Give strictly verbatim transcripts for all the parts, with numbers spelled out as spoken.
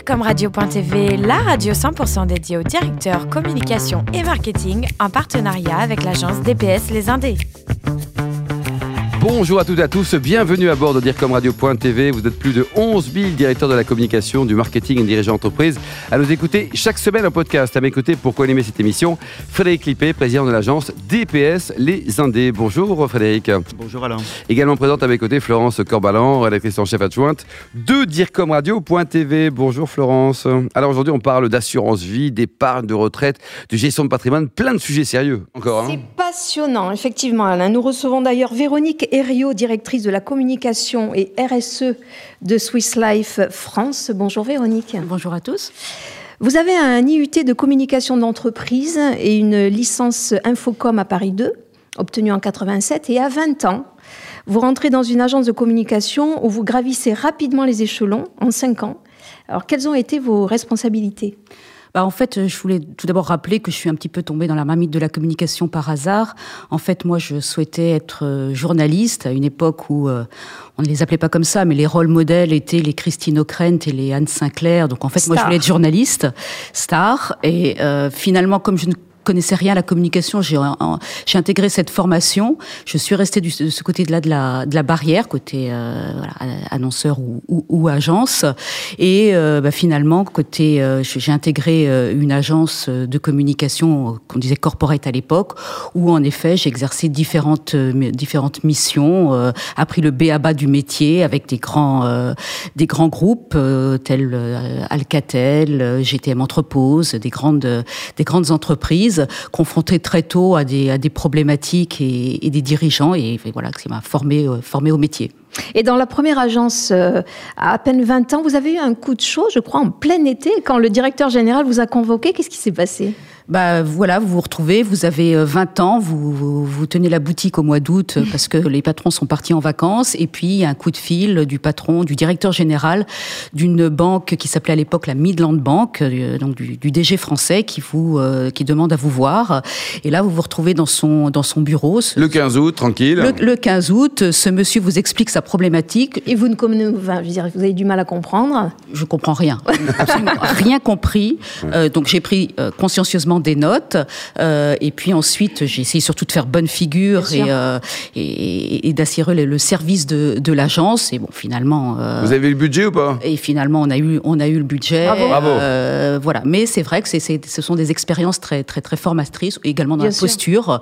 DIRCOM radio.tv, la radio cent pour cent dédiée aux directeurs communication et marketing en partenariat avec l'agence D P S Les Indés. Bonjour à toutes et à tous, bienvenue à bord de DIRCOM radio.tv. Vous êtes plus de onze mille directeurs de la communication, du marketing et dirigeants d'entreprise à nous écouter chaque semaine en podcast. À mes côtés, pour co-animer cette émission, Frédéric Lippé, président de l'agence D P S Les Indés. Bonjour Frédéric. Bonjour Alain. Également présente à mes côtés Florence Corbalan, rédactrice en chef adjointe de DIRCOM radio.tv. Bonjour Florence. Alors aujourd'hui, on parle d'assurance vie, d'épargne, de retraite, de gestion de patrimoine, plein de sujets sérieux. Encore, hein. C'est passionnant, effectivement Alain. Nous recevons d'ailleurs Véronique Herriot, directrice de la communication et R S E de Swiss Life France. Bonjour Véronique. Bonjour à tous. Vous avez un I U T de communication d'entreprise et une licence Infocom à Paris deux, obtenue en quatre-vingt-sept, et à vingt ans, vous rentrez dans une agence de communication où vous gravissez rapidement les échelons en cinq ans. Alors, quelles ont été vos responsabilités ? Bah en fait, je voulais tout d'abord rappeler que je suis un petit peu tombée dans la marmite de la communication par hasard. En fait, moi, je souhaitais être journaliste à une époque où euh, on ne les appelait pas comme ça, mais les rôles modèles étaient les Christine O'Krent et les Anne Sinclair. Donc en fait, star. Moi, je voulais être journaliste, star. Et euh, finalement, comme je ne connaissais rien à la communication, j'ai, j'ai intégré cette formation. Je suis restée du, de ce côté-là de la, de la barrière, côté euh, voilà, annonceur ou, ou, ou agence. Et euh, bah, finalement, côté, euh, j'ai intégré une agence de communication qu'on disait corporate à l'époque, où en effet j'ai exercé différentes différentes missions, euh, appris le b a ba du métier avec des grands euh, des grands groupes euh, tels euh, Alcatel, G T M Entrepose, des grandes des grandes entreprises, confronté très tôt à des, à des problématiques et, et des dirigeants, et, et voilà, ça m'a formé, euh, formé au métier. Et dans la première agence, euh, à à peine vingt ans, vous avez eu un coup de chaud, je crois, en plein été, quand le directeur général vous a convoqué. Qu'est-ce qui s'est passé ? Bah voilà, vous vous retrouvez, vous avez vingt ans, vous, vous, vous tenez la boutique au mois d'août parce que les patrons sont partis en vacances, et puis il y a un coup de fil du patron, du directeur général d'une banque qui s'appelait à l'époque la Midland Bank, donc du, du D G français, qui vous euh, qui demande à vous voir. Et là, vous vous retrouvez dans son dans son bureau. Ce, le quinze août, tranquille. Le, le quinze août, ce monsieur vous explique sa problématique. Et vous ne enfin, je veux dire, vous avez du mal à comprendre. Je comprends rien, absolument rien compris. Euh, donc j'ai pris euh, consciencieusement des notes, euh, et puis ensuite j'ai essayé surtout de faire bonne figure et, euh, et, et d'assurer le, le service de, de l'agence. Et bon, finalement, euh, vous avez eu le budget ou pas ? Et finalement, on a eu on a eu le budget. Bravo. Bravo. Euh, voilà. Mais c'est vrai que c'est, c'est, ce sont des expériences très très très formatrices, également dans Bien la sûr. posture.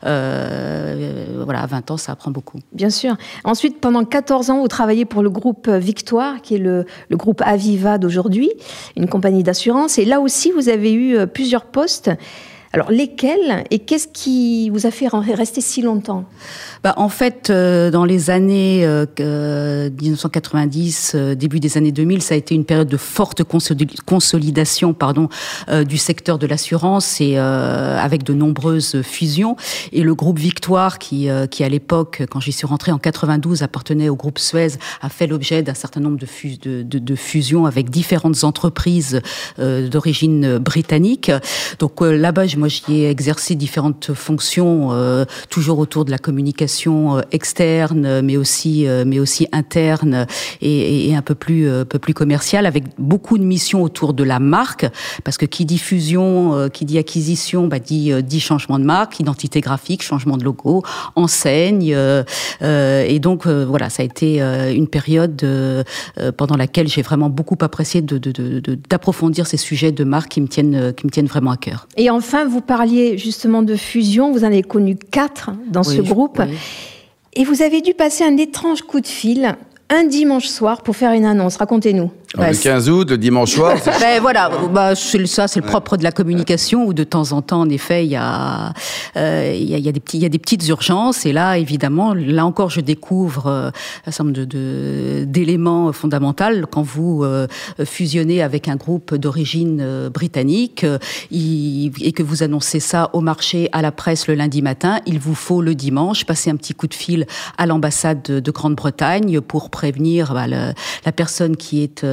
Euh, voilà, à vingt ans, ça apprend beaucoup. Bien sûr. Ensuite, pendant quatorze ans, vous travaillez pour le groupe Victoire, qui est le, le groupe Aviva d'aujourd'hui, une compagnie d'assurance. Et là aussi, vous avez eu plusieurs postes. Alors, lesquels et qu'est-ce qui vous a fait rester si longtemps ? Bah, en fait, euh, dans les années euh, dix-neuf cent quatre-vingt-dix, euh, début des années deux mille, ça a été une période de forte consolidation, pardon, euh, du secteur de l'assurance, et euh, avec de nombreuses fusions. Et le groupe Victoire, qui, euh, qui à l'époque, quand j'y suis rentrée en quatre-vingt-douze, appartenait au groupe Suez, a fait l'objet d'un certain nombre de, fus- de, de, de fusions avec différentes entreprises euh, d'origine britannique. Donc euh, là-bas, moi, j'y ai exercé différentes fonctions, euh, toujours autour de la communication externe, mais aussi, euh, mais aussi interne et, et un peu plus, euh, peu plus commerciale, avec beaucoup de missions autour de la marque, parce que qui dit fusion, euh, qui dit acquisition, bah, dit, euh, dit changement de marque, identité graphique, changement de logo, enseigne, euh, euh, et donc euh, voilà, ça a été euh, une période euh, pendant laquelle j'ai vraiment beaucoup apprécié de, de, de, de, d'approfondir ces sujets de marque qui me tiennent, qui me tiennent vraiment à cœur. Et enfin, vous parliez justement de fusion, vous en avez connu quatre dans oui, ce groupe. Je, oui. Et vous avez dû passer un étrange coup de fil un dimanche soir pour faire une annonce. Racontez-nous. Alors, le quinze août, le dimanche soir. Ben voilà, bah, c'est, ça c'est le propre de la communication, où de temps en temps, en effet, il y a, euh, il y a, il y a des petits, il y a des petites urgences. Et là, évidemment, là encore, je découvre euh, un certain nombre de, de, d'éléments fondamentaux. Quand vous euh, fusionnez avec un groupe d'origine euh, britannique euh, il, et que vous annoncez ça au marché, à la presse le lundi matin, il vous faut le dimanche passer un petit coup de fil à l'ambassade de, de Grande-Bretagne pour prévenir bah, le, la personne qui est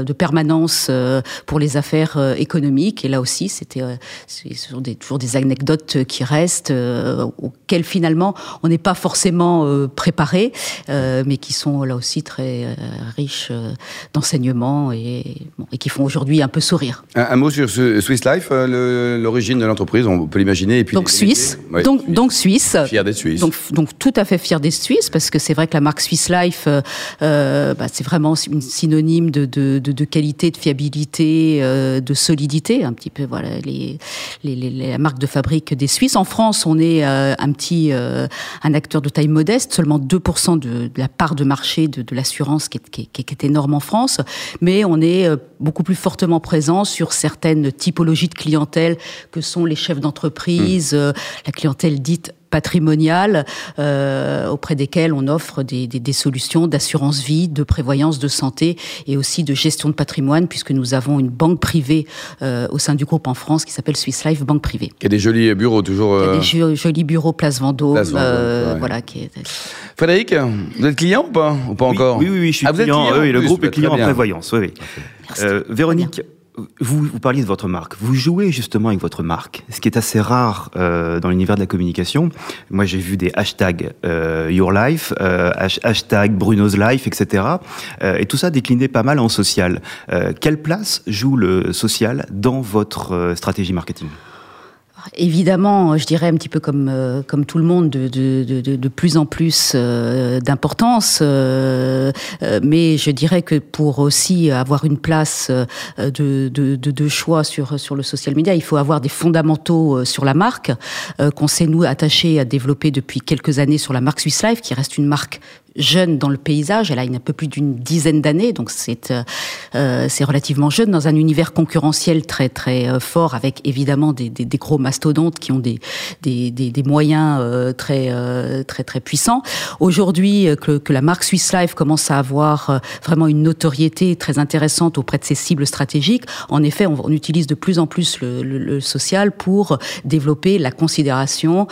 de permanence euh, pour les affaires euh, économiques. Et là aussi, c'était euh, ce sont des, toujours des anecdotes qui restent, euh, auxquelles finalement on n'est pas forcément euh, préparé, euh, mais qui sont là aussi très euh, riches euh, d'enseignements et, bon, et qui font aujourd'hui un peu sourire. Un, un mot sur ce Swiss Life, euh, le, l'origine de l'entreprise, on peut l'imaginer. Et puis donc les, Suisse, ouais, donc, Suisse. donc Suisse. Fier d'être Suisse. Donc, donc tout à fait fier des Suisses, parce que c'est vrai que la marque Swiss Life, euh, bah, c'est vraiment une synonyme de, de, de, de qualité, de fiabilité, euh, de solidité, un petit peu, voilà, les, les, les, la marque de fabrique des Suisses. En France, on est euh, un petit, euh, un acteur de taille modeste, seulement deux pour cent de, de la part de marché de, de l'assurance qui est, qui, est, qui est énorme en France, mais on est euh, beaucoup plus fortement présent sur certaines typologies de clientèle que sont les chefs d'entreprise, mmh. euh, la clientèle dite patrimoniales, euh, auprès desquelles on offre des, des, des solutions d'assurance vie, de prévoyance, de santé et aussi de gestion de patrimoine, puisque nous avons une banque privée euh, au sein du groupe en France qui s'appelle Swiss Life Banque Privée. Il y a des jolis bureaux toujours. Euh... Il y a des jo- jolis bureaux Place Vendôme. Place Vendôme euh, ouais. Voilà. Qui est... Frédéric, vous êtes client ou pas, ou pas oui, encore? Oui, oui, oui, je suis ah, client. client oui, le plus, groupe est client en prévoyance. Oui, oui. Euh, Véronique. Vous, vous parliez de votre marque. Vous jouez justement avec votre marque, ce qui est assez rare euh, dans l'univers de la communication. Moi, j'ai vu des hashtags euh, Your Life, euh, hashtag Bruno's Life, et cetera. Euh, et tout ça décliné pas mal en social. Euh, quelle place joue le social dans votre euh, stratégie marketing ? Évidemment, je dirais un petit peu comme euh, comme tout le monde, de de de, de plus en plus euh, d'importance. Euh, euh, mais je dirais que pour aussi avoir une place euh, de, de de de choix sur sur le social media, il faut avoir des fondamentaux sur la marque euh, qu'on s'est nous attachés à développer depuis quelques années sur la marque Swiss Life, qui reste une marque jeune dans le paysage. Elle a un peu plus d'une dizaine d'années, donc c'est euh, c'est relativement jeune dans un univers concurrentiel très très euh, fort, avec évidemment des, des, des gros mastodontes qui ont des des, des, des moyens euh, très euh, très très puissants. Aujourd'hui, euh, que, que la marque Swiss Life commence à avoir euh, vraiment une notoriété très intéressante auprès de ses cibles stratégiques. En effet, on, on utilise de plus en plus le, le, le social pour développer la considération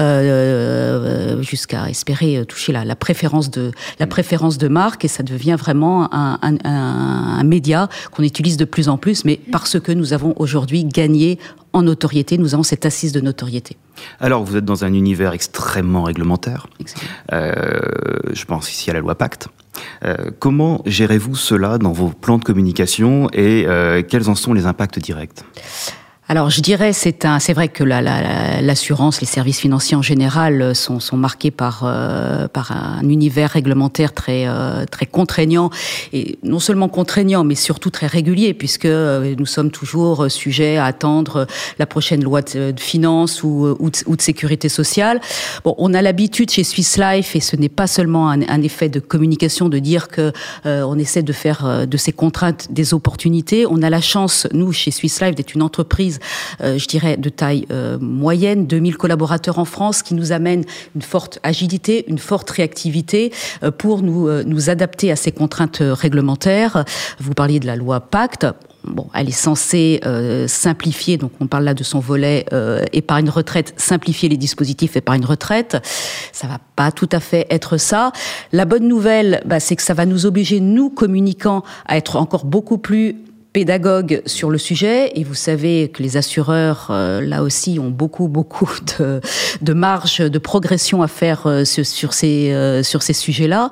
euh, jusqu'à espérer toucher la, la préférence de la préférence de marque, et ça devient vraiment un, un, un, un média qu'on utilise de plus en plus, mais parce que nous avons aujourd'hui gagné en notoriété, nous avons cette assise de notoriété. Alors, vous êtes dans un univers extrêmement réglementaire. Euh, je pense ici à la loi Pacte. Euh, comment gérez-vous cela dans vos plans de communication et euh, quels en sont les impacts directs ? Alors, je dirais, c'est un, c'est vrai que la, la, l'assurance, les services financiers en général sont, sont marqués par, euh, par un univers réglementaire très, euh, très contraignant, et non seulement contraignant, mais surtout très régulier, puisque nous sommes toujours sujets à attendre la prochaine loi de, de finances ou, ou, de, ou de sécurité sociale. Bon, on a l'habitude chez Swiss Life, et ce n'est pas seulement un, un effet de communication, de dire que euh, on essaie de faire de ces contraintes des opportunités. On a la chance, nous, chez Swiss Life, d'être une entreprise Euh, je dirais de taille euh, moyenne, deux mille collaborateurs en France, qui nous amène une forte agilité, une forte réactivité euh, pour nous euh, nous adapter à ces contraintes réglementaires. Vous parliez de la loi Pacte. Bon, elle est censée euh, simplifier, donc on parle là de son volet euh, épargne-retraite, simplifier les dispositifs épargne-retraite. Ça va pas tout à fait être ça. La bonne nouvelle, bah, c'est que ça va nous obliger, nous communicants, à être encore beaucoup plus pédagogue sur le sujet, et vous savez que les assureurs, euh, là aussi, ont beaucoup, beaucoup de, de marge de progression à faire euh, sur, sur ces, euh, sur ces sujets-là.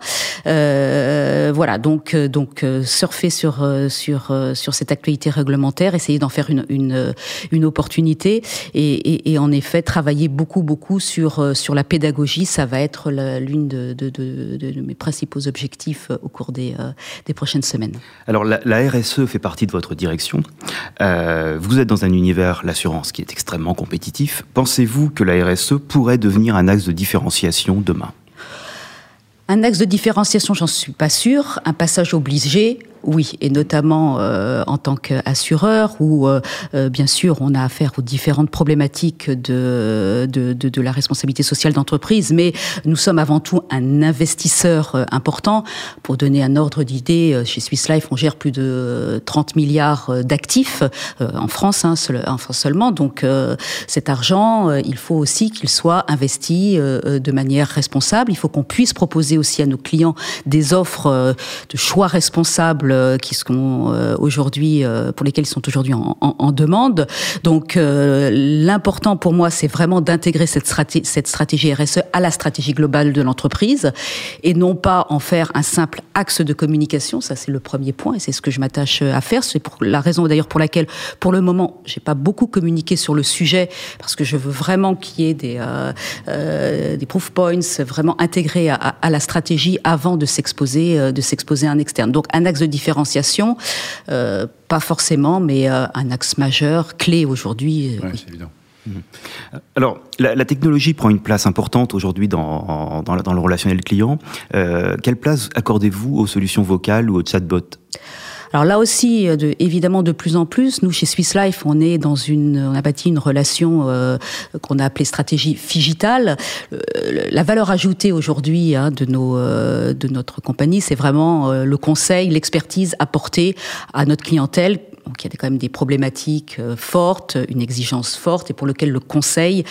Euh, voilà, donc, donc euh, surfer sur, euh, sur, euh, sur cette actualité réglementaire, essayer d'en faire une, une, une opportunité, et, et, et en effet, travailler beaucoup, beaucoup sur, euh, sur la pédagogie. Ça va être la, l'une de, de, de, de, de mes principaux objectifs au cours des, euh, des prochaines semaines. Alors, la, la R S E fait partie de votre direction. Euh, vous êtes dans un univers, l'assurance, qui est extrêmement compétitif. Pensez-vous que la R S E pourrait devenir un axe de différenciation demain ? Un axe de différenciation, j'en suis pas sûre. Un passage obligé, oui, et notamment euh, en tant qu'assureur, où euh, euh, bien sûr on a affaire aux différentes problématiques de, de, de, de la responsabilité sociale d'entreprise, mais nous sommes avant tout un investisseur euh, important. Pour donner un ordre d'idée, euh, chez Swiss Life, on gère plus de trente milliards d'actifs euh, en France, hein, seul, enfin seulement. Donc euh, cet argent, euh, il faut aussi qu'il soit investi euh, de manière responsable. Il faut qu'on puisse proposer aussi à nos clients des offres euh, de choix responsables ensembles qui sont euh, aujourd'hui, euh, pour lesquels ils sont aujourd'hui en, en, en demande. Donc, euh, l'important pour moi, c'est vraiment d'intégrer cette, straté- cette stratégie R S E à la stratégie globale de l'entreprise et non pas en faire un simple axe de communication. Ça, c'est le premier point et c'est ce que je m'attache à faire. C'est pour la raison d'ailleurs pour laquelle, pour le moment, j'ai pas beaucoup communiqué sur le sujet parce que je veux vraiment qu'il y ait des, euh, euh, des proof points vraiment intégrés à, à, à la stratégie avant de s'exposer, euh, de s'exposer à un externe. Donc, un axe de différenciation, euh, pas forcément, mais euh, un axe majeur, clé aujourd'hui. Ouais, oui. c'est évident. Alors, la, la technologie prend une place importante aujourd'hui dans, dans, dans le relationnel client. Euh, quelle place accordez-vous aux solutions vocales ou aux chatbots ? Alors là aussi, de, évidemment, de plus en plus, nous chez Swiss Life, on est dans une, on a bâti une relation euh, qu'on a appelée stratégie phigitale. Euh, la valeur ajoutée aujourd'hui hein, de nos, euh, de notre compagnie, c'est vraiment euh, le conseil, l'expertise apportée à notre clientèle. Donc, il y a quand même des problématiques euh, fortes, une exigence forte, et pour lequel le conseil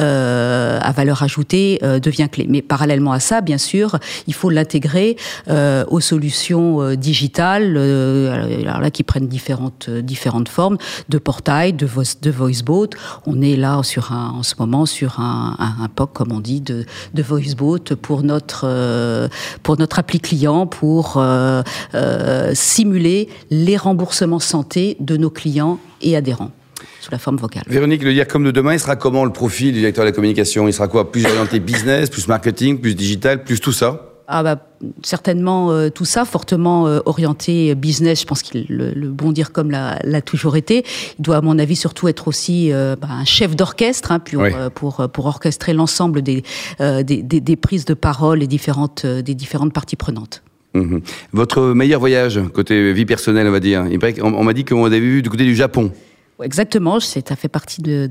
euh, à valeur ajoutée euh, devient clé. Mais parallèlement à ça, bien sûr, il faut l'intégrer euh, aux solutions euh, digitales, euh, alors là qui prennent différentes différentes formes, de portail, de voice, de voicebot. On est là sur un, en ce moment sur un, un, un P O C, comme on dit, de, de voicebot pour notre euh, pour notre appli client, pour euh, euh, simuler les remboursements santé de nos clients et adhérents sous la forme vocale. Véronique, le DIRCOM de demain, il sera comment le profil du directeur de la communication ? Il sera quoi ? Plus orienté business, plus marketing, plus digital, plus tout ça ? Ah bah, certainement euh, tout ça, fortement euh, orienté business. Je pense que le, le bon DIRCOM l'a, l'a toujours été. Il doit, à mon avis, surtout être aussi euh, bah, un chef d'orchestre hein, pour, oui. euh, pour, pour orchestrer l'ensemble des, euh, des, des, des prises de parole et différentes, euh, des différentes parties prenantes. Mmh. Votre meilleur voyage, côté vie personnelle, on va dire. Il paraît qu'on, on m'a dit qu'on avait vu du côté du Japon. Exactement, c'est, ça fait partie de,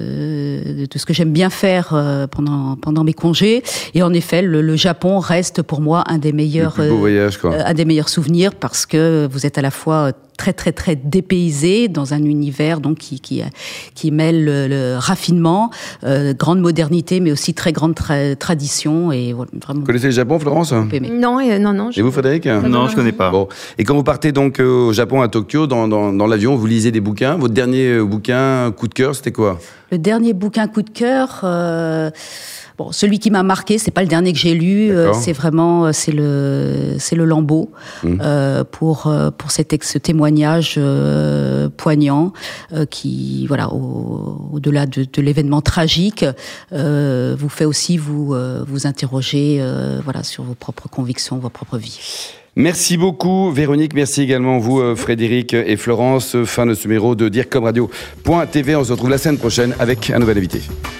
de, de ce que j'aime bien faire euh, pendant, pendant mes congés. Et en effet, le, le Japon reste pour moi un des meilleurs, le plus beau voyage, quoi. Euh, un des meilleurs souvenirs parce que vous êtes à la fois très très très dépaysé dans un univers donc qui qui qui mêle le, le raffinement, euh, grande modernité, mais aussi très grande tra- tradition et voilà, vraiment. Vous connaissez le Japon, Florence ? Non, euh, non, non. Et vous, Frédéric ? Non, je connais pas. Bon. Et quand vous partez donc euh, au Japon, à Tokyo, dans, dans, dans l'avion, vous lisez des bouquins. Votre dernier euh, bouquin, coup de cœur, c'était quoi ? Le dernier bouquin coup de cœur. Euh... Bon, celui qui m'a marqué, c'est pas le dernier que j'ai lu, euh, c'est vraiment c'est le c'est le Lambeau mmh. euh, pour pour cet ex ce témoignage euh, poignant euh, qui voilà au, au-delà de, de l'événement tragique euh, vous fait aussi vous euh, vous interroger euh, voilà sur vos propres convictions, vos propres vies. Merci beaucoup Véronique, merci également vous euh, Frédéric et Florence. Fin de ce numéro de DIRCOM Radio point T V. On se retrouve la semaine prochaine avec un nouvel invité.